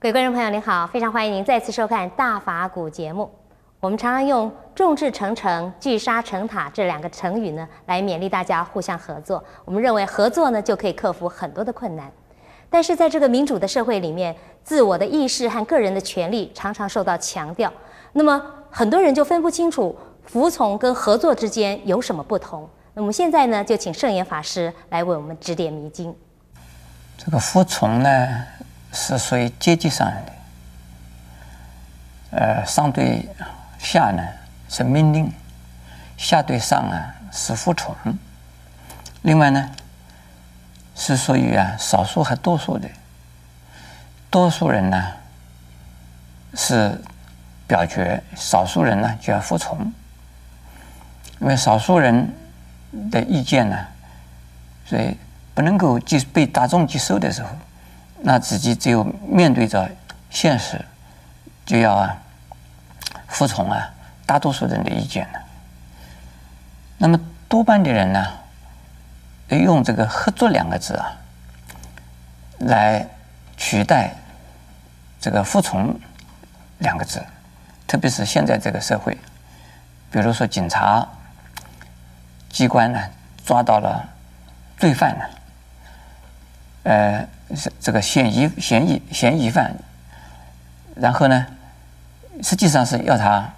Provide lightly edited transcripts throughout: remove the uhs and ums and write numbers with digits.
各位观众朋友，您好，非常欢迎您再次收看《大法古》节目。我们常常用“众志成城”“聚沙成塔”这两个成语呢，来勉励大家互相合作。我们认为合作呢，就可以克服很多的困难。但是在这个民主的社会里面，自我的意识和个人的权利常常受到强调。那么很多人就分不清楚服从跟合作之间有什么不同。那我们现在呢，就请圣严法师来为我们指点迷津。 这个服从呢，是属于阶级上的，上对下呢是命令，下对上啊是服从。另外呢，是属于少数和多数的，多数人呢是表决，少数人呢就要服从。因为少数人的意见呢，所以不能够被大众接受的时候，那自己只有面对着现实，就要服从大多数人的意见了。那么多半的人呢，用这个合作两个字来取代这个服从两个字，特别是现在这个社会，比如说警察机关呢抓到了罪犯呢，这个嫌疑犯，然后呢，实际上是要他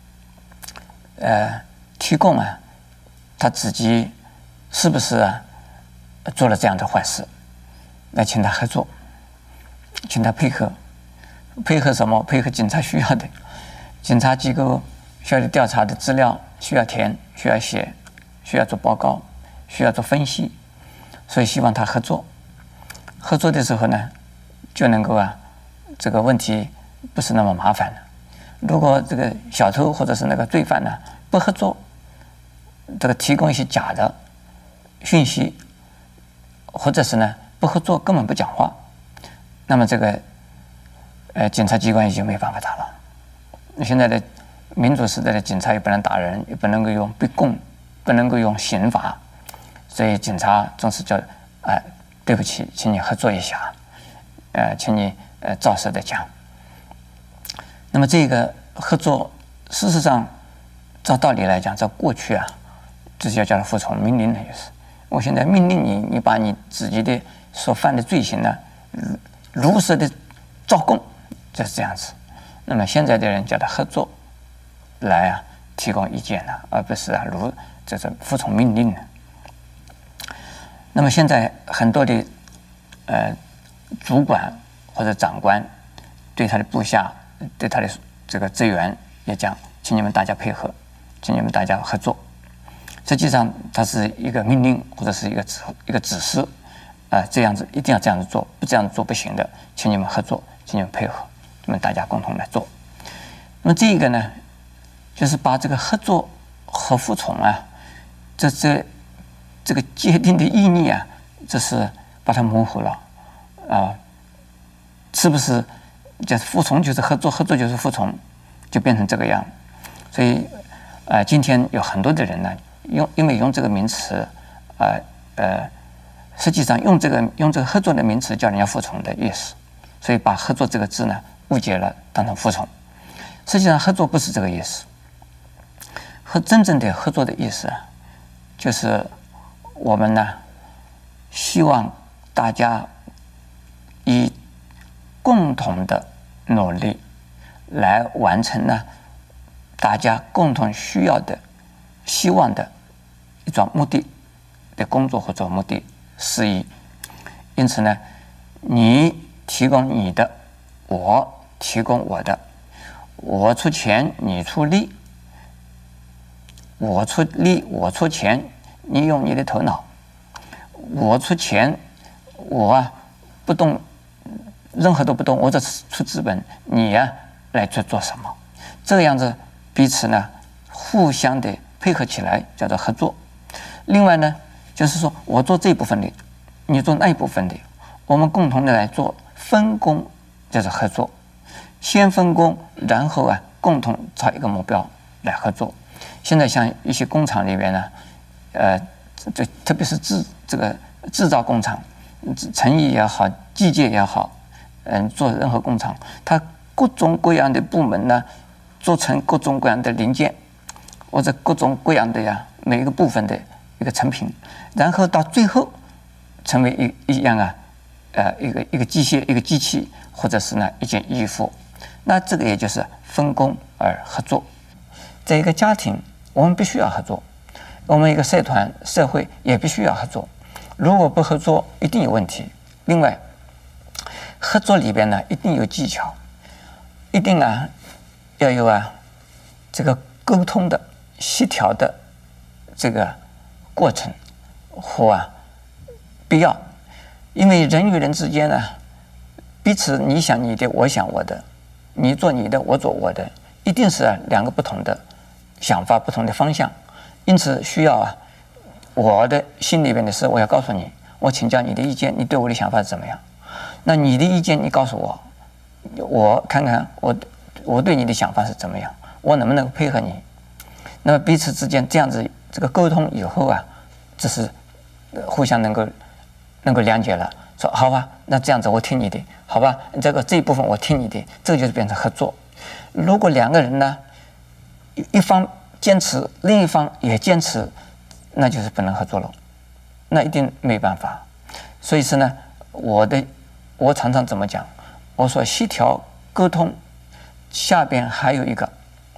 提供他自己是不是做了这样的坏事，来请他合作，请他配合什么？配合警察需要的，警察机构需要的调查的资料需要填，需要写，需要做报告，需要做分析，所以希望他合作。合作的时候呢，就能够这个问题不是那么麻烦了。如果这个小偷或者是那个罪犯呢不合作，这个提供一些假的讯息，或者是呢不合作根本不讲话，那么这个检察机关已经没办法打了。现在的民主时代的警察也不能打人，也不能够用逼供，不能够用刑罚，所以警察总是叫对不起，请你合作一下，请你照实的讲。那么这个合作，事实上照道理来讲，在过去这就叫做服从命令的意思。我现在命令你，你把你自己的所犯的罪行呢，如实的照供，就是这样子。那么现在的人叫他合作，来提供意见了，而不是这是服从命令的。那么现在很多的主管或者长官对他的部下，对他的这个职员也讲，请你们大家配合，请你们大家合作。实际上它是一个命令或者是一个指示，这样子一定要这样子做，不这样子做不行的，请你们合作，请你们配合，你们大家共同来做。那么这个呢，就是把这个合作和服从这个界定的意义这是把它模糊了是不是？就是服从就是合作，合作就是服从，就变成这个样。所以今天有很多的人呢，因为用这个名词实际上用这个合作的名词叫人家服从的意思，所以把合作这个字呢误解了，当成服从。实际上合作不是这个意思，真正的合作的意思就是我们呢希望大家以共同的努力来完成呢大家共同需要的、希望的一种目的的工作或者目的事宜。因此呢，你提供你的，我提供我的，我出钱，你出力，我出力，我出钱，你用你的头脑，我出钱，我不动，任何都不动，我只出资本，你来做什么？这个样子彼此呢互相的配合起来叫做合作。另外呢，就是说我做这部分的，你做那一部分的，我们共同的来做分工，叫做合作。先分工，然后共同朝一个目标来合作。现在像一些工厂里边呢，特别是制造工厂，成衣也好，机械也好， 做任何工厂，它各种各样的部门呢，做成各种各样的零件，或者各种各样的每一个部分的一个成品，然后到最后成为一样一个机械、一个机器，或者是呢一件衣服。那这个也就是分工而合作。在一个家庭，我们必须要合作；我们一个社团、社会也必须要合作。如果不合作，一定有问题。另外，合作里边呢，一定有技巧，一定要有这个沟通的、协调的这个过程和必要。因为人与人之间呢，彼此你想你的，我想我的，你做你的，我做我的，一定是两个不同的想法、不同的方向。因此需要我的心里边的事，我要告诉你，我请教你的意见，你对我的想法是怎么样？那你的意见你告诉我，我看看我对你的想法是怎么样，我能不能配合你？那么彼此之间这样子这个沟通以后这是互相能够谅解了，说好吧，那这样子我听你的，好吧，这一部分我听你的，这个就是变成合作。如果两个人呢，一方坚持，另一方也坚持，那就是不能合作了，那一定没办法。所以是呢，我常常怎么讲？我说协调沟通，下边还有一个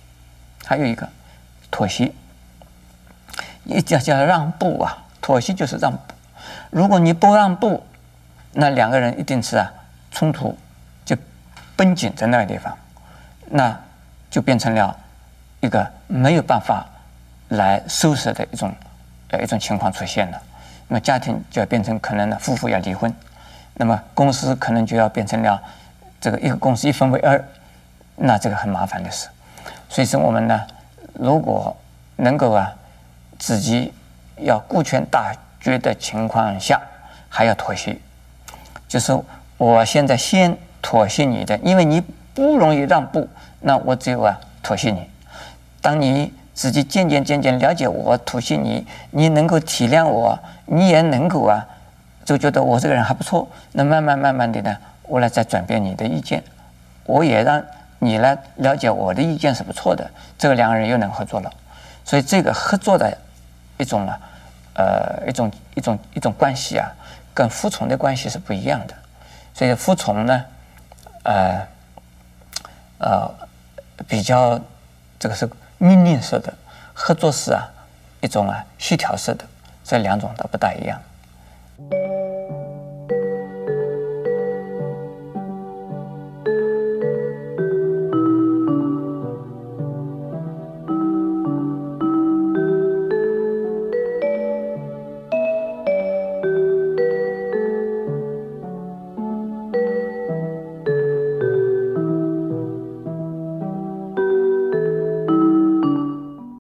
妥协，也叫让步妥协就是让步。如果你不让步，那两个人一定是冲突就绷紧在那个地方，那就变成了一个没有办法来收拾的一种情况出现了。那么家庭就要变成可能呢夫妇要离婚，那么公司可能就要变成了这个一个公司一分为二，那这个很麻烦的事。所以说我们呢，如果能够自己要顾全大局的情况下，还要妥协，就是我现在先妥协你的，因为你不容易让步，那我只有妥协你。当你自己渐渐了解我，妥协你，你能够体谅我，你也能够就觉得我这个人还不错，那慢慢的呢，我来再转变你的意见，我也让你来了解我的意见是不错的，这个两个人又能合作了。所以这个合作的一种关系跟服从的关系是不一样的。所以服从呢，比较这个是命令式的，合作是一种协调式的，这两种都不大一样。